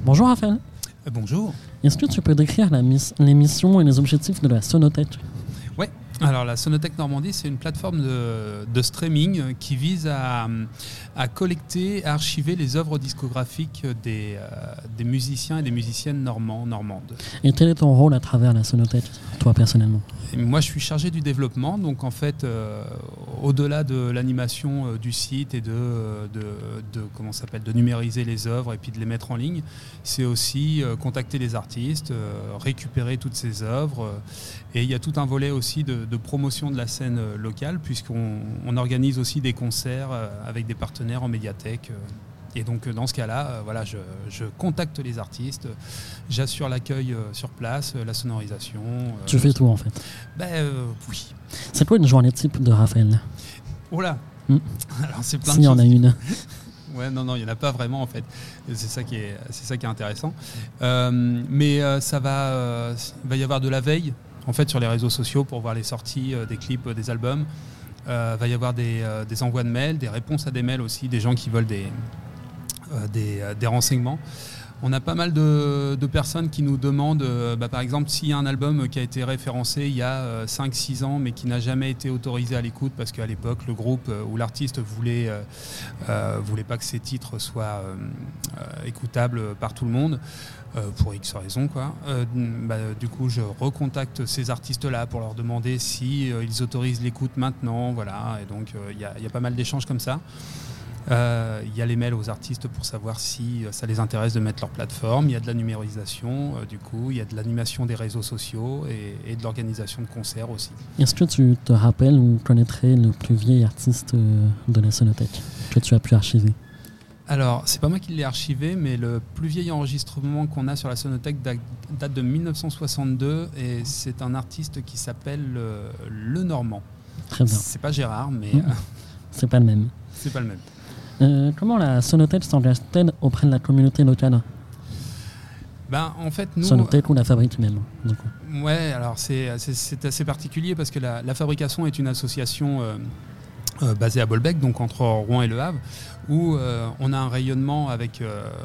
Bonjour Raphaël. Bonjour. Est-ce que tu peux décrire les missions et les objectifs de la Sonothèque ? Ouais. Alors la Sonothèque Normandie, c'est une plateforme de streaming qui vise à collecter, à archiver les œuvres discographiques des musiciens et des musiciennes normandes. Et quel est ton rôle à travers la Sonothèque, toi personnellement ? Et moi, je suis chargé du développement, donc en fait, au-delà de l'animation du site et de numériser les œuvres et puis de les mettre en ligne, c'est aussi contacter les artistes, récupérer toutes ces œuvres. Et il y a tout un volet aussi de promotion de la scène locale, puisqu'on organise aussi des concerts avec des partenaires en médiathèque. Et donc dans ce cas-là, je contacte les artistes, j'assure l'accueil sur place, la sonorisation. Tu fais tout en fait. Oui. C'est quoi une journée type de Raphaël ? Oh là. Alors c'est plein S'il y en a une. Ouais, non, il n'y en a pas vraiment en fait. C'est ça qui est intéressant. Mais il va y avoir de la veille en fait sur les réseaux sociaux pour voir les sorties des clips, des albums. Va y avoir des envois de mails, des réponses à des mails aussi, des gens qui veulent des renseignements. On a pas mal de personnes qui nous demandent, par exemple, s'il y a un album qui a été référencé il y a 5-6 ans, mais qui n'a jamais été autorisé à l'écoute, parce qu'à l'époque, le groupe ou l'artiste voulait pas que ces titres soient écoutables par tout le monde, pour X raisons, quoi. Du coup, je recontacte ces artistes-là pour leur demander si ils autorisent l'écoute maintenant, voilà. Et donc, il y a pas mal d'échanges comme ça. Il y a les mails aux artistes pour savoir si ça les intéresse de mettre leur plateforme. Il y a de la numérisation, du coup, il y a de l'animation des réseaux sociaux et de l'organisation de concerts aussi. Est-ce que tu te rappelles ou connaîtrais le plus vieil artiste de la Sonothèque que tu as pu archiver ? Alors, c'est pas moi qui l'ai archivé, mais le plus vieil enregistrement qu'on a sur la Sonothèque date de 1962 et c'est un artiste qui s'appelle Le Normand. Très bien. C'est pas Gérard, mais... C'est pas le même. C'est pas le même. Comment la Sonothèque s'engage-t-elle auprès de la communauté locale ? En fait, nous... Sonothèque ou la fabrique même, du coup. Ouais, alors c'est assez particulier parce que la fabrication est une association basée à Bolbec, donc entre Rouen et Le Havre, où on a un rayonnement avec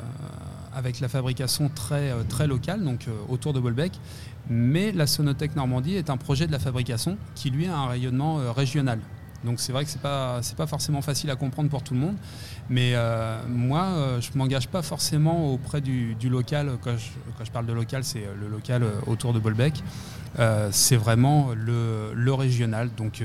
la fabrication très locale, donc autour de Bolbec. Mais la Sonothèque Normandie est un projet de la fabrication qui, lui, a un rayonnement régional. Donc c'est vrai que c'est pas forcément facile à comprendre pour tout le monde, mais moi je m'engage pas forcément auprès du local. Quand je parle de local, c'est le local autour de Bolbec. C'est vraiment le régional. Donc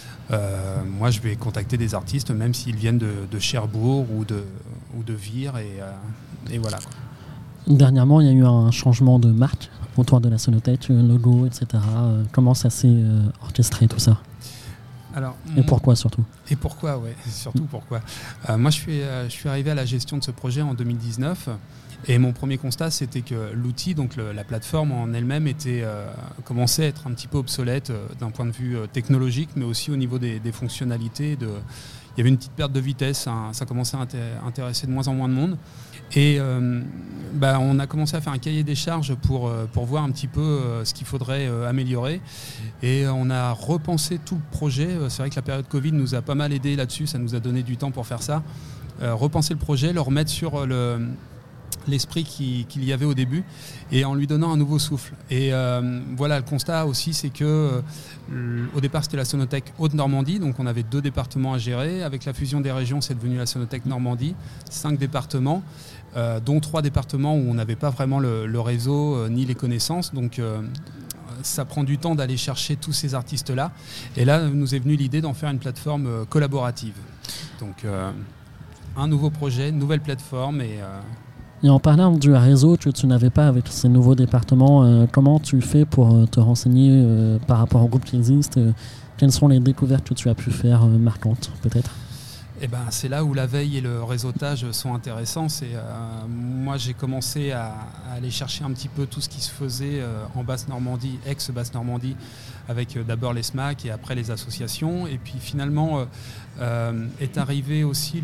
moi je vais contacter des artistes même s'ils viennent de Cherbourg ou de Vire et voilà, quoi. Dernièrement, il y a eu un changement de marque autour de la Sonothèque, logo, etc. Comment ça s'est orchestré tout ça ? Et pourquoi surtout ? Et pourquoi, ouais, surtout pourquoi. Moi, je suis arrivé à la gestion de ce projet en 2019 et mon premier constat, c'était que l'outil, donc la plateforme en elle-même, commençait à être un petit peu obsolète d'un point de vue technologique, mais aussi au niveau des fonctionnalités. Il y avait une petite perte de vitesse, ça commençait à intéresser de moins en moins de monde. Et on a commencé à faire un cahier des charges pour voir un petit peu ce qu'il faudrait améliorer. Et on a repensé tout le projet. C'est vrai que la période Covid nous a pas mal aidé là-dessus, ça nous a donné du temps pour faire ça. Repenser le projet, le remettre sur l'esprit qu'il y avait au début et en lui donnant un nouveau souffle. Et le constat aussi, c'est que au départ c'était la Sonothèque Haute-Normandie, donc on avait 2 départements à gérer. Avec la fusion des régions, c'est devenu la Sonothèque Normandie, 5 départements, dont 3 départements où on n'avait pas vraiment le réseau ni les connaissances. Donc ça prend du temps d'aller chercher tous ces artistes-là. Et là, nous est venue l'idée d'en faire une plateforme collaborative. Donc un nouveau projet, une nouvelle plateforme Et en parlant du réseau que tu n'avais pas avec ces nouveaux départements, comment tu fais pour te renseigner par rapport au groupe qui existe ? Quelles sont les découvertes que tu as pu faire marquantes, peut-être ? C'est là où la veille et le réseautage sont intéressants. Moi, j'ai commencé à aller chercher un petit peu tout ce qui se faisait en Basse-Normandie, ex-Basse-Normandie, avec d'abord les SMAC et après les associations. Et puis finalement est arrivée aussi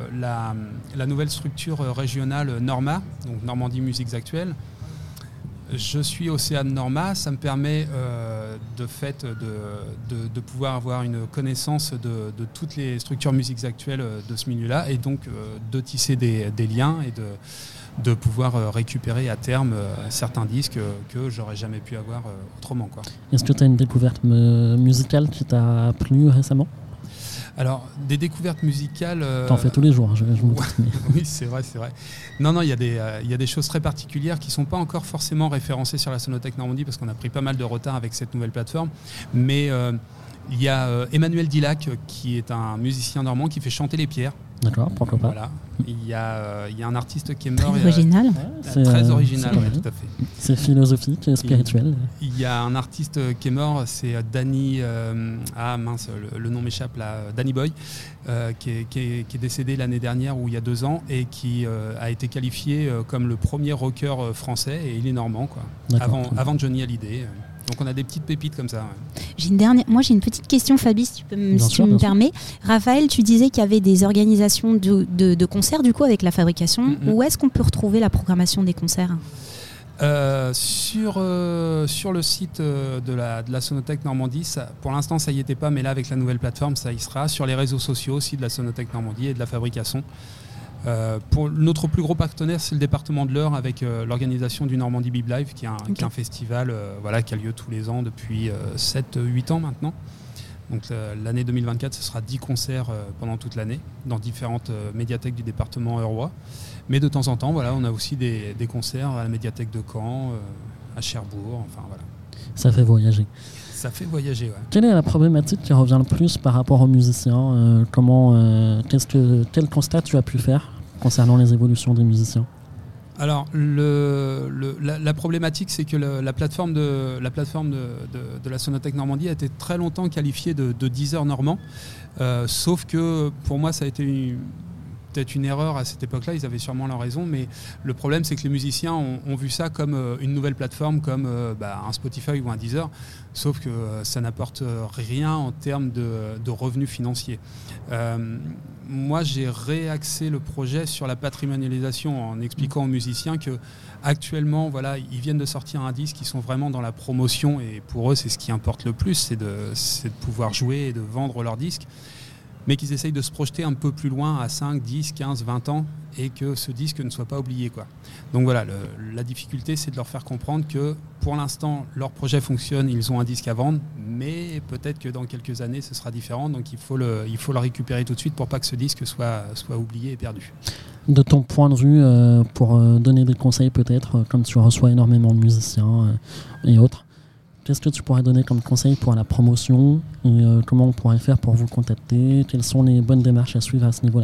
la nouvelle structure régionale Norma, donc Normandie Musiques Actuelles. Je suis Océane Norma, ça me permet de pouvoir avoir une connaissance de toutes les structures musiques actuelles de ce milieu-là et donc de tisser des liens et de pouvoir récupérer à terme certains disques que j'aurais jamais pu avoir autrement, quoi. Est-ce que tu as une découverte musicale qui t'a plu récemment ? Alors, des découvertes musicales... T'en fais tous les jours, je me doute. Oui, c'est vrai. Non, il y a des choses très particulières qui ne sont pas encore forcément référencées sur la Sonothèque Normandie parce qu'on a pris pas mal de retard avec cette nouvelle plateforme. Mais il y a Emmanuel Dillac, qui est un musicien normand qui fait chanter les pierres. D'accord, pourquoi pas. Voilà. Il y a un artiste qui est mort. Très original. Très original, oui, tout à fait. C'est philosophique et spirituel. Il y a un artiste qui est mort, c'est Danny... le nom m'échappe là. Danny Boy, qui est décédé l'année dernière ou il y a 2 ans et qui a été qualifié comme le premier rocker français, et il est normand, quoi. Avant Johnny Hallyday. Donc on a des petites pépites comme ça. Ouais. J'ai une petite question, Fabi, si tu me permets. Raphaël, tu disais qu'il y avait des organisations de concerts du coup avec la fabrication. Où est-ce qu'on peut retrouver la programmation des concerts ? Sur le site de la Sonothèque Normandie, pour l'instant ça y était pas, mais là avec la nouvelle plateforme ça y sera. Sur les réseaux sociaux aussi de la Sonothèque Normandie et de la fabrication. Pour notre plus gros partenaire, c'est le département de l'Eure avec l'organisation du Normandie Bib Live, qui est un festival qui a lieu tous les ans depuis 7-8 ans maintenant. Donc l'année 2024, ce sera 10 concerts pendant toute l'année dans différentes médiathèques du département eurois. Mais de temps en temps, on a aussi des concerts à la médiathèque de Caen, à Cherbourg, enfin voilà. Ça fait voyager. Ça fait voyager, ouais. Quelle est la problématique qui revient le plus par rapport aux musiciens ? Quel constat tu as pu faire concernant les évolutions des musiciens ? Alors, la problématique, c'est que la plateforme de la Sonothèque Normandie a été très longtemps qualifiée de Deezer normand, sauf que pour moi, ça a été peut-être une erreur à cette époque-là, ils avaient sûrement leur raison, mais le problème c'est que les musiciens ont vu ça comme une nouvelle plateforme, comme un Spotify ou un Deezer, sauf que ça n'apporte rien en termes de revenus financiers. Moi j'ai réaxé le projet sur la patrimonialisation en expliquant aux musiciens que actuellement ils viennent de sortir un disque, ils sont vraiment dans la promotion et pour eux c'est ce qui importe le plus, c'est de pouvoir jouer et de vendre leurs disques, mais qu'ils essayent de se projeter un peu plus loin à 5, 10, 15, 20 ans et que ce disque ne soit pas oublié, quoi. Donc voilà, la difficulté c'est de leur faire comprendre que pour l'instant leur projet fonctionne, ils ont un disque à vendre, mais peut-être que dans quelques années ce sera différent, donc il faut le récupérer tout de suite pour pas que ce disque soit oublié et perdu. De ton point de vue, pour donner des conseils peut-être, comme tu reçois énormément de musiciens et autres, qu'est-ce que tu pourrais donner comme conseil pour la promotion et comment on pourrait faire pour vous contacter ? Quelles sont les bonnes démarches à suivre à ce niveau-là ?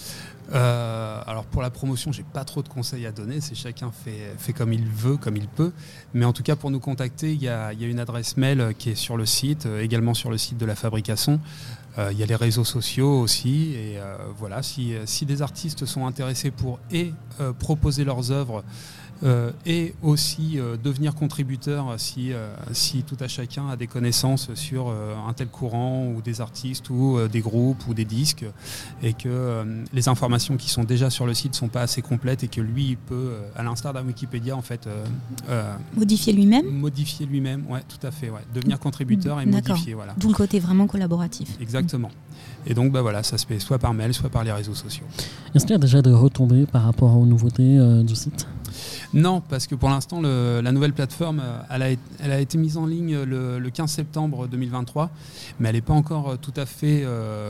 Alors pour la promotion, j'ai pas trop de conseils à donner, c'est chacun fait comme il veut, comme il peut. Mais en tout cas pour nous contacter, il y a une adresse mail qui est sur le site, également sur le site de la fabrication. Il y a les réseaux sociaux aussi. Et voilà, si des artistes sont intéressés pour proposer leurs œuvres, et aussi devenir contributeur si tout à chacun a des connaissances sur un tel courant ou des artistes ou des groupes ou des disques et que les informations qui sont déjà sur le site ne sont pas assez complètes et que lui il peut, à l'instar d'un Wikipédia en fait, modifier lui-même, ouais, tout à fait, ouais. Devenir contributeur et modifier, voilà. D'où le côté vraiment collaboratif. Exactement. Et donc ça se fait soit par mail, soit par les réseaux sociaux. Est-ce qu'il y a déjà des retombées par rapport aux nouveautés du site ? Non, parce que pour l'instant, la nouvelle plateforme, elle a été mise en ligne le 15 septembre 2023, mais elle n'est pas encore tout à fait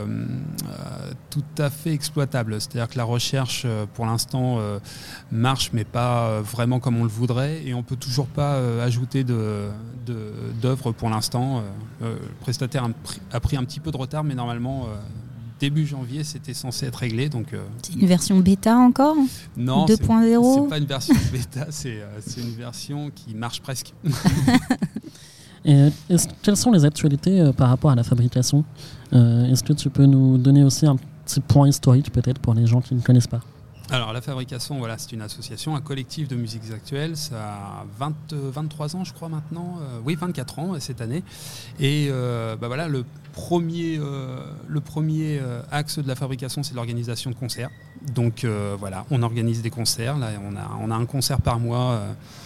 exploitable. C'est-à-dire que la recherche, pour l'instant, marche, mais pas vraiment comme on le voudrait, et on ne peut toujours pas ajouter d'œuvres pour l'instant. Le prestataire a pris un petit peu de retard, mais normalement... début janvier, c'était censé être réglé. Donc, c'est une version bêta encore ? Non, 2.0 c'est pas une version bêta, c'est une version qui marche presque. Et quelles sont les actualités par rapport à la fabrication ? Est-ce que tu peux nous donner aussi un petit point historique peut-être pour les gens qui ne connaissent pas ? Alors la fabrication, c'est une association, un collectif de musiques actuelles, ça a 23 ans je crois maintenant, 24 ans cette année, et le premier axe de la fabrication c'est l'organisation de concerts, donc on organise des concerts, là on a un concert par mois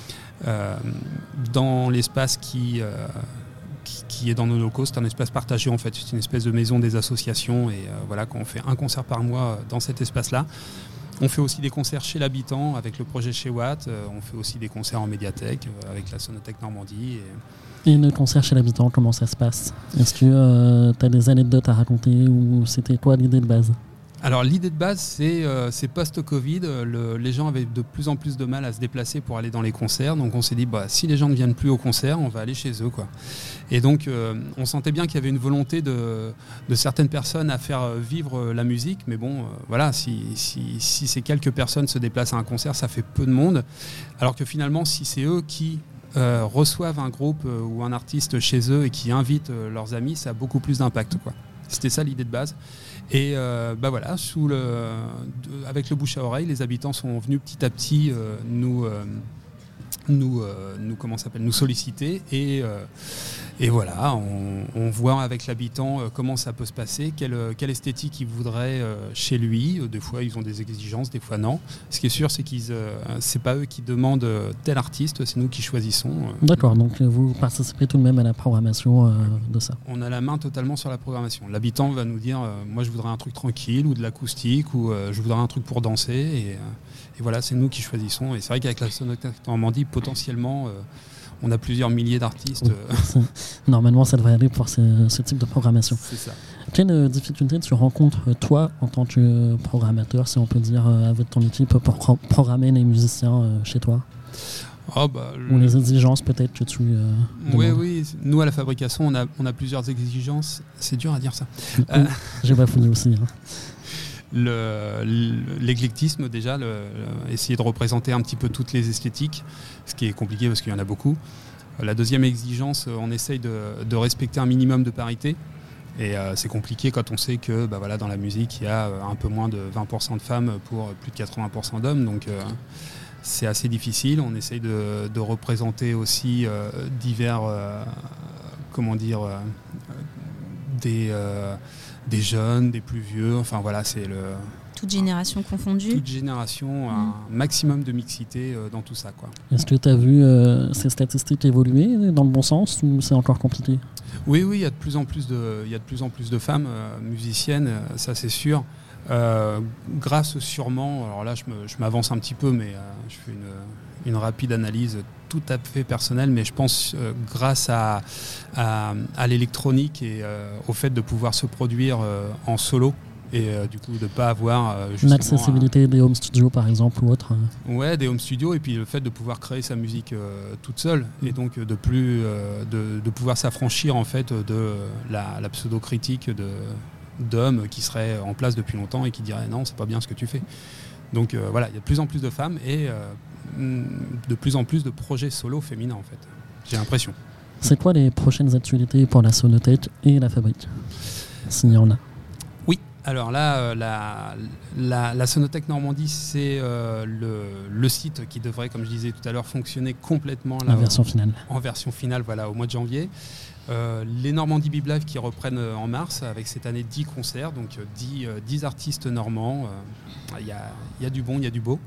dans l'espace qui est dans nos locaux, c'est un espace partagé en fait, c'est une espèce de maison des associations et quand on fait un concert par mois dans cet espace-là. On fait aussi des concerts chez l'habitant avec le projet chez Watt. On fait aussi des concerts en médiathèque avec la Sonothèque Normandie. Et le concert chez l'habitant, comment ça se passe? Est-ce que tu as des anecdotes à raconter ou c'était quoi l'idée de base? Alors l'idée de base, c'est post-Covid, les gens avaient de plus en plus de mal à se déplacer pour aller dans les concerts, donc on s'est dit si les gens ne viennent plus au concert, on va aller chez eux, quoi. Et donc on sentait bien qu'il y avait une volonté de certaines personnes à faire vivre la musique, mais bon, voilà, si ces quelques personnes se déplacent à un concert, ça fait peu de monde, alors que finalement, si c'est eux qui reçoivent un groupe ou un artiste chez eux et qui invitent leurs amis, ça a beaucoup plus d'impact, quoi. C'était ça l'idée de base. Et voilà, avec le bouche à oreille, les habitants sont venus petit à petit nous solliciter et voilà, on voit avec l'habitant comment ça peut se passer, quelle esthétique il voudrait chez lui. Des fois ils ont des exigences, des fois non. Ce qui est sûr, c'est c'est pas eux qui demandent tel artiste, c'est nous qui choisissons. D'accord, donc vous participez tout de même à la programmation de ça. On a la main totalement sur la programmation. L'habitant va nous dire moi je voudrais un truc tranquille ou de l'acoustique ou je voudrais un truc pour danser et voilà, c'est nous qui choisissons. Et c'est vrai qu'avec la Sonothèque Normandie, potentiellement on a plusieurs milliers d'artistes. Oui, normalement, ça devrait aller pour ce type de programmation. C'est ça. Quelle difficulté tu rencontres, toi, en tant que programmateur, si on peut dire, avec ton équipe, pour programmer les musiciens chez toi? Ou les exigences, peut-être, que tu Oui. Nous, à la fabrication, on a plusieurs exigences. C'est dur à dire ça. J'ai pas fini aussi. L'éclectisme, déjà, essayer de représenter un petit peu toutes les esthétiques, ce qui est compliqué parce qu'il y en a beaucoup. La deuxième exigence, on essaye de respecter un minimum de parité. Et c'est compliqué quand on sait que dans la musique, il y a un peu moins de 20% de femmes pour plus de 80% d'hommes. Donc c'est assez difficile. On essaye de représenter aussi divers... des jeunes, des plus vieux, enfin voilà, c'est toute génération confondue. Toute génération, un maximum de mixité dans tout ça, quoi. Est-ce que tu as vu ces statistiques évoluer dans le bon sens ou c'est encore compliqué? Oui, il y a de plus en plus de femmes musiciennes, ça c'est sûr. Grâce sûrement, alors là je m'avance un petit peu, mais je fais une rapide analyse tout à fait personnelle, mais je pense grâce à l'électronique et au fait de pouvoir se produire en solo et du coup de ne pas avoir l'accessibilité des home studios par exemple ou autre. Ouais, des home studios, et puis le fait de pouvoir créer sa musique toute seule et donc de pouvoir s'affranchir en fait de la pseudo-critique d'hommes qui seraient en place depuis longtemps et qui diraient non, c'est pas bien ce que tu fais. Donc voilà, il y a de plus en plus de femmes et de plus en plus de projets solo féminins en fait. J'ai l'impression. C'est quoi les prochaines actualités pour la Sonothèque et la Fabrique, s'il y en a? Oui, alors là, la Sonothèque Normandie, c'est le site qui devrait, comme je disais tout à l'heure, fonctionner complètement là, en version finale, voilà, au mois de janvier. Les Normandie Bib Live qui reprennent en mars avec cette année 10 concerts, donc 10 artistes normands. Il y a du bon, il y a du beau.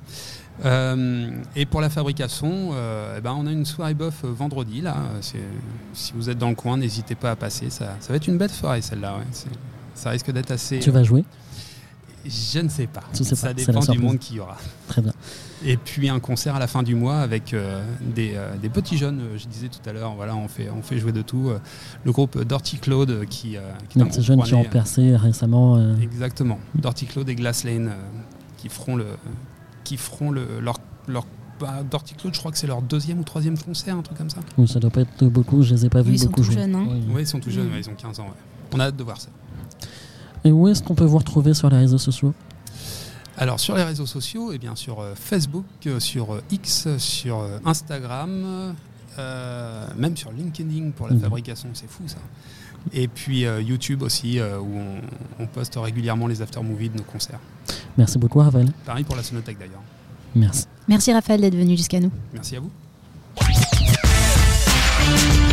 Et pour la fabrication, on a une soirée bof vendredi là. Si vous êtes dans le coin, n'hésitez pas à passer. Ça va être une belle soirée celle-là. Ouais. Ça risque d'être assez. Tu vas jouer? Je ne sais pas. Ça dépend du monde qu'il y aura. Très bien. Et puis un concert à la fin du mois avec des petits jeunes. Je disais tout à l'heure, voilà, on fait jouer de tout. Le groupe Dirty Claude qui des petits jeunes qui ont percé récemment. Exactement. Dirty Claude et Glass Lane qui feront leur Dirty Claude, je crois que c'est leur 2e ou 3e concert, un truc comme ça. Oui, ça doit pas être beaucoup. Je les ai pas vus beaucoup jouer. Jeunes, hein. Oui, ils sont tout jeunes. Ils ont 15 ans. Ouais. On a hâte de voir ça. Et où est-ce qu'on peut vous retrouver sur les réseaux sociaux? Alors sur les réseaux sociaux, eh bien sur Facebook, sur X, sur Instagram, même sur LinkedIn pour la fabrication, c'est fou ça. Et puis YouTube aussi, où on poste régulièrement les after-movies de nos concerts. Merci beaucoup Raphaël. Pareil pour la Sonothèque d'ailleurs. Merci. Merci Raphaël d'être venu jusqu'à nous. Merci à vous.